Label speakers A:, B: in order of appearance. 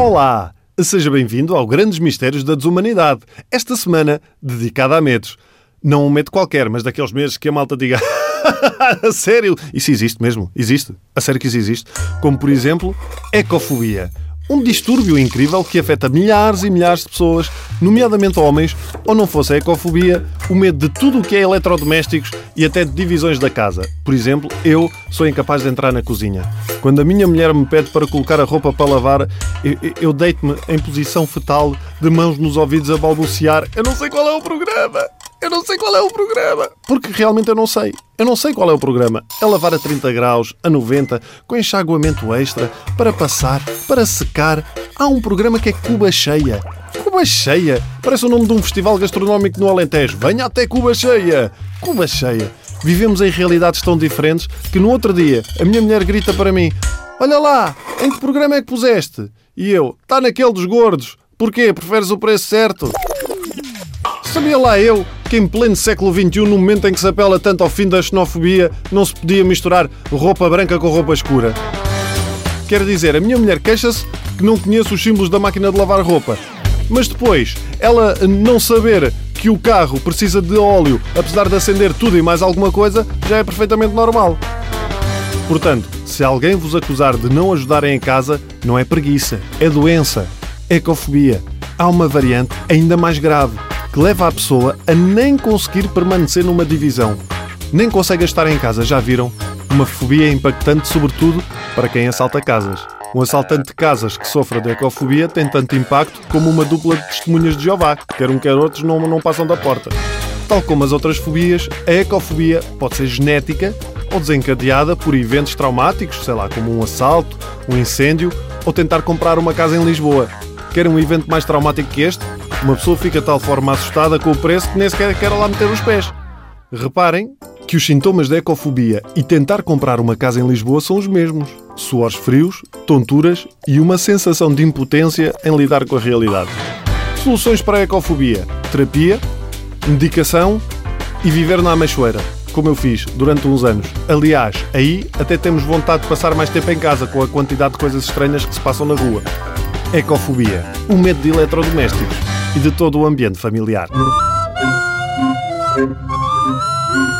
A: Olá! Seja bem-vindo ao Grandes Mistérios da Desumanidade. Esta semana dedicada a medos. Não um medo qualquer, mas daqueles medos que a malta diga a sério? Isso existe mesmo? Existe? A sério que isso existe? Como, por exemplo, ecofobia. Um distúrbio incrível que afeta milhares e milhares de pessoas, nomeadamente homens, ou não fosse a ecofobia, o medo de tudo o que é eletrodomésticos e até de divisões da casa. Por exemplo, eu sou incapaz de entrar na cozinha. Quando a minha mulher me pede para colocar a roupa para lavar, eu deito-me em posição fetal, de mãos nos ouvidos a balbuciar. Eu não sei qual é o programa! Eu não sei qual é o programa! Porque realmente eu não sei. Eu não sei qual é o programa. É lavar a 30 graus, a 90, com enxaguamento extra, para passar, para secar. Há um programa que é Cuba Cheia. Cuba Cheia? Parece o nome de um festival gastronómico no Alentejo. Venha até Cuba Cheia! Cuba Cheia. Vivemos em realidades tão diferentes que no outro dia a minha mulher grita para mim: olha lá, em que programa é que puseste? E eu: está naquele dos gordos. Porquê? Preferes o preço certo? Sabia lá eu que em pleno século XXI, no momento em que se apela tanto ao fim da xenofobia, não se podia misturar roupa branca com roupa escura. Quer dizer, a minha mulher queixa-se que não conhece os símbolos da máquina de lavar roupa. Mas depois, ela não saber que o carro precisa de óleo, apesar de acender tudo e mais alguma coisa, já é perfeitamente normal. Portanto, se alguém vos acusar de não ajudarem em casa, não é preguiça, é doença, é ecofobia. Há uma variante ainda mais grave, que leva a pessoa a nem conseguir permanecer numa divisão. Nem consegue estar em casa, já viram? Uma fobia impactante, sobretudo, para quem assalta casas. Um assaltante de casas que sofra de ecofobia tem tanto impacto como uma dupla de testemunhas de Jeová, quer um quer outros não passam da porta. Tal como as outras fobias, a ecofobia pode ser genética ou desencadeada por eventos traumáticos, sei lá, como um assalto, um incêndio ou tentar comprar uma casa em Lisboa. Quer um evento mais traumático que este? Uma pessoa fica de tal forma assustada com o preço que nem sequer quer lá meter os pés. Reparem que os sintomas da ecofobia e tentar comprar uma casa em Lisboa são os mesmos. Suores frios, tonturas e uma sensação de impotência em lidar com a realidade. Soluções para a ecofobia: terapia, medicação e viver na Amachoeira, como eu fiz durante uns anos. Aliás, aí até temos vontade de passar mais tempo em casa com a quantidade de coisas estranhas que se passam na rua. Ecofobia, o medo de eletrodomésticos e de todo o ambiente familiar.